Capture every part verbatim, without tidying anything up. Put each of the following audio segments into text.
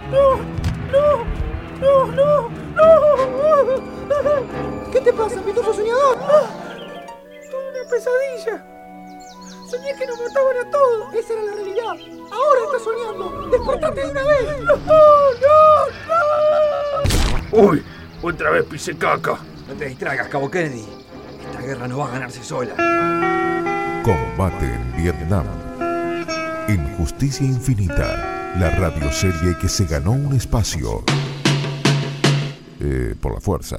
¡No! ¡No! ¡No! ¡No! ¡No! ¿Qué te pasa, pitufo soñador? Tuve una pesadilla. Soñé que nos mataban a todos. Esa era la realidad. Ahora estás soñando. ¡Despertate de una vez! ¡No! ¡No! ¡No! ¡Uy! Otra vez pisé caca. No te distraigas, Cabo Kennedy. Esta guerra no va a ganarse sola. Combate en Vietnam. En Justicia Infinita, la radioserie que se ganó un espacio. Eh, por la fuerza.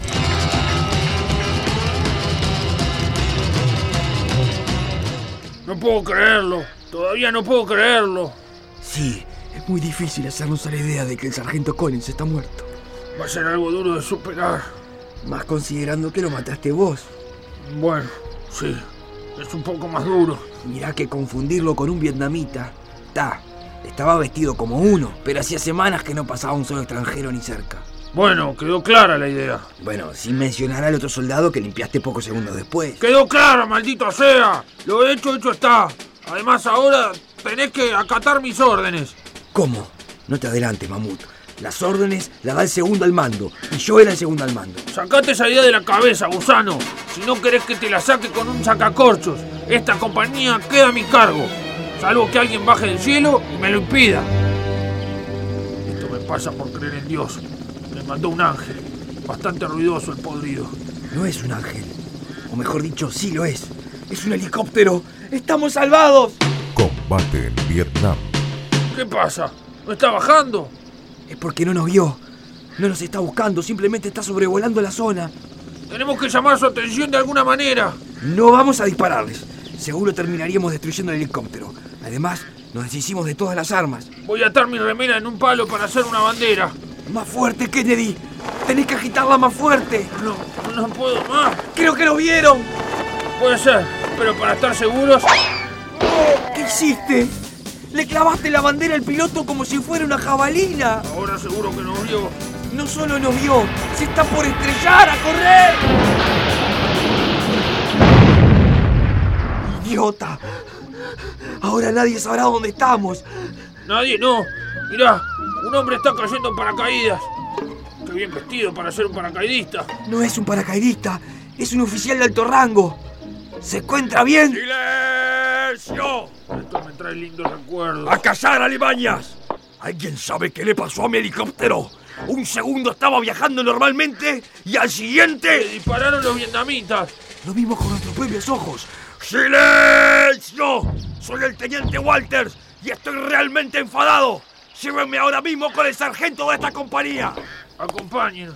No puedo creerlo. Todavía no puedo creerlo. Sí, es muy difícil hacernos a la idea de que el sargento Collins está muerto. Va a ser algo duro de superar. Más considerando que lo mataste vos. Bueno, sí. Es un poco más duro. Mirá que confundirlo con un vietnamita. Ta, estaba vestido como uno, pero hacía semanas que no pasaba un solo extranjero ni cerca. Bueno, quedó clara la idea. Bueno, sin mencionar al otro soldado que limpiaste pocos segundos después. ¡Quedó clara, maldito sea! Lo hecho, hecho está. Además, ahora tenés que acatar mis órdenes. ¿Cómo? No te adelantes, Mamut. Las órdenes las da el segundo al mando, y yo era el segundo al mando. Sacate esa idea de la cabeza, gusano. Si no querés que te la saque con un sacacorchos, esta compañía queda a mi cargo. Salvo que alguien baje del cielo y me lo impida. Esto me pasa por creer en Dios. Me mandó un ángel. Bastante ruidoso el podrido. No es un ángel. O mejor dicho, sí lo es. Es un helicóptero. ¡Estamos salvados! Combate en Vietnam. ¿Qué pasa? ¿No está bajando? Es porque no nos vio. No nos está buscando, simplemente está sobrevolando la zona. Tenemos que llamar su atención de alguna manera. No vamos a dispararles. Seguro terminaríamos destruyendo el helicóptero. Además, nos deshicimos de todas las armas. Voy a atar mi remera en un palo para hacer una bandera. ¡Más fuerte, Kennedy! ¡Tenés que agitarla más fuerte! No, no puedo más. ¡Creo que lo vieron! Puede ser, pero para estar seguros... ¿Qué hiciste? ¡Le clavaste la bandera al piloto como si fuera una jabalina! Ahora seguro que nos vio. No solo nos vio, se está por estrellar. ¡A correr! ¡Idiota! Ahora nadie sabrá dónde estamos. Nadie, no. Mirá, un hombre está cayendo en paracaídas. Qué bien vestido para ser un paracaidista. No es un paracaidista, es un oficial de alto rango. ¿Se encuentra bien? ¡Silencio! Esto me trae lindos recuerdos. ¡A cazar, alimañas! ¿Alguien sabe qué le pasó a mi helicóptero? Un segundo estaba viajando normalmente y al Le siguiente... dispararon los vietnamitas. Lo vimos con nuestros propios ojos. ¡Silencio! Soy el teniente Walters y estoy realmente enfadado. Llévenme ahora mismo con el sargento de esta compañía. Acompáñenos.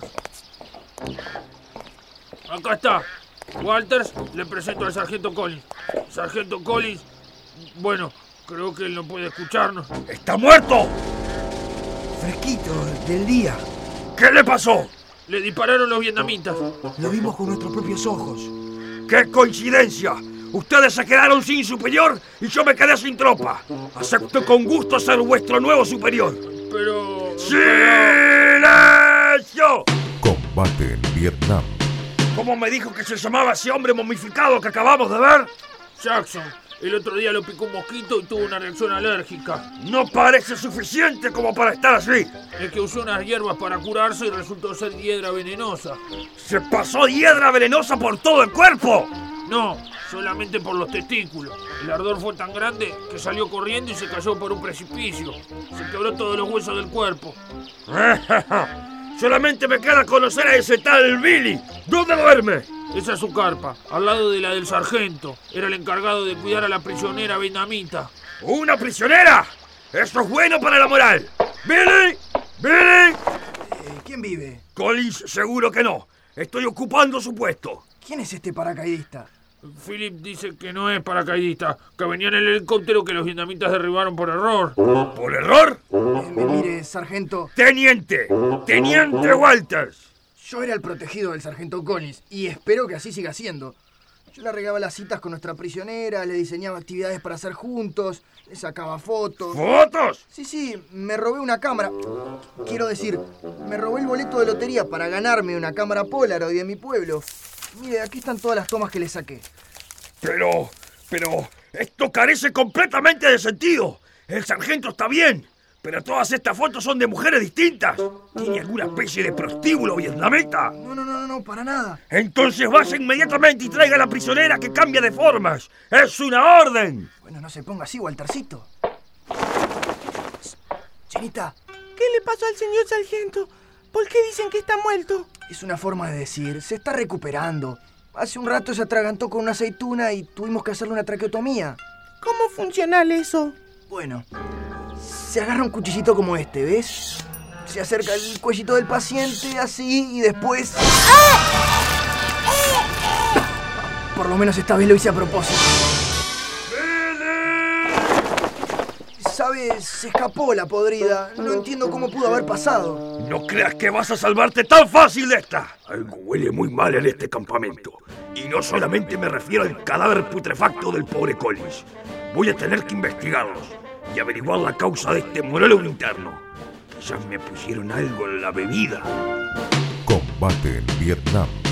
Acá está. Walters, le presento al sargento Collins. Sargento Collins, bueno, creo que él no puede escucharnos. ¡Está muerto! Fresquito, del día. ¿Qué le pasó? Le dispararon los vietnamitas. Lo vimos con nuestros propios ojos. ¡Qué coincidencia! Ustedes se quedaron sin superior y yo me quedé sin tropa. Acepto con gusto ser vuestro nuevo superior. Pero... ¡Silencio! Combate en Vietnam. ¿Cómo me dijo que se llamaba ese hombre momificado que acabamos de ver? Jackson, el otro día lo picó un mosquito y tuvo una reacción alérgica. No parece suficiente como para estar así. Es que usó unas hierbas para curarse y resultó ser hiedra venenosa. ¿Se pasó hiedra venenosa por todo el cuerpo? No, solamente por los testículos. El ardor fue tan grande que salió corriendo y se cayó por un precipicio. Se quebró todos los huesos del cuerpo. Solamente me queda conocer a ese tal Billy. ¿Dónde duerme? Esa es su carpa, al lado de la del sargento. Era el encargado de cuidar a la prisionera vietnamita. ¿Una prisionera? Eso es bueno para la moral. ¡Billy! ¡Billy! Eh, ¿Quién vive? Collins, seguro que no. Estoy ocupando su puesto. ¿Quién es este paracaidista? Philip dice que no es paracaidista, que venía en el helicóptero que los vietnamitas derribaron por error. ¿Por error? Eh, mire, sargento, Teniente. Teniente Walters. yo era el protegido del sargento Collins y espero que así siga siendo. Yo le arreglaba las citas con nuestra prisionera, le diseñaba actividades para hacer juntos, le sacaba fotos. ¿Fotos? Sí, sí, me robé una cámara. Quiero decir, me robé el boleto de lotería para ganarme una cámara Polaroid de mi pueblo. Mire, aquí están todas las tomas que le saqué. Pero, pero, esto carece completamente de sentido. El sargento está bien. Pero todas estas fotos son de mujeres distintas. ¿Tiene alguna especie de prostíbulo vietnamita? No, no, no, no, para nada. Entonces vaya inmediatamente y traiga a la prisionera que cambia de formas. ¡Es una orden! Bueno, no se ponga así, Waltercito. Chinita. ¿Qué le pasó al señor sargento? ¿Por qué dicen que está muerto? Es una forma de decir, se está recuperando. Hace un rato se atragantó con una aceituna y tuvimos que hacerle una traqueotomía. ¿Cómo funciona eso? Bueno, se agarra un cuchillito como este, ¿ves? Se acerca el cuellito del paciente así y después... Por lo menos esta vez lo hice a propósito. ¿Sabes? Se escapó la podrida. No entiendo cómo pudo haber pasado. No creas que vas a salvarte tan fácil de esta. Algo huele muy mal en este campamento. Y no solamente me refiero al cadáver putrefacto del pobre Collins. Voy a tener que investigarlos y averiguar la causa de este monólogo interno. Quizás me pusieron algo en la bebida. Combate en Vietnam.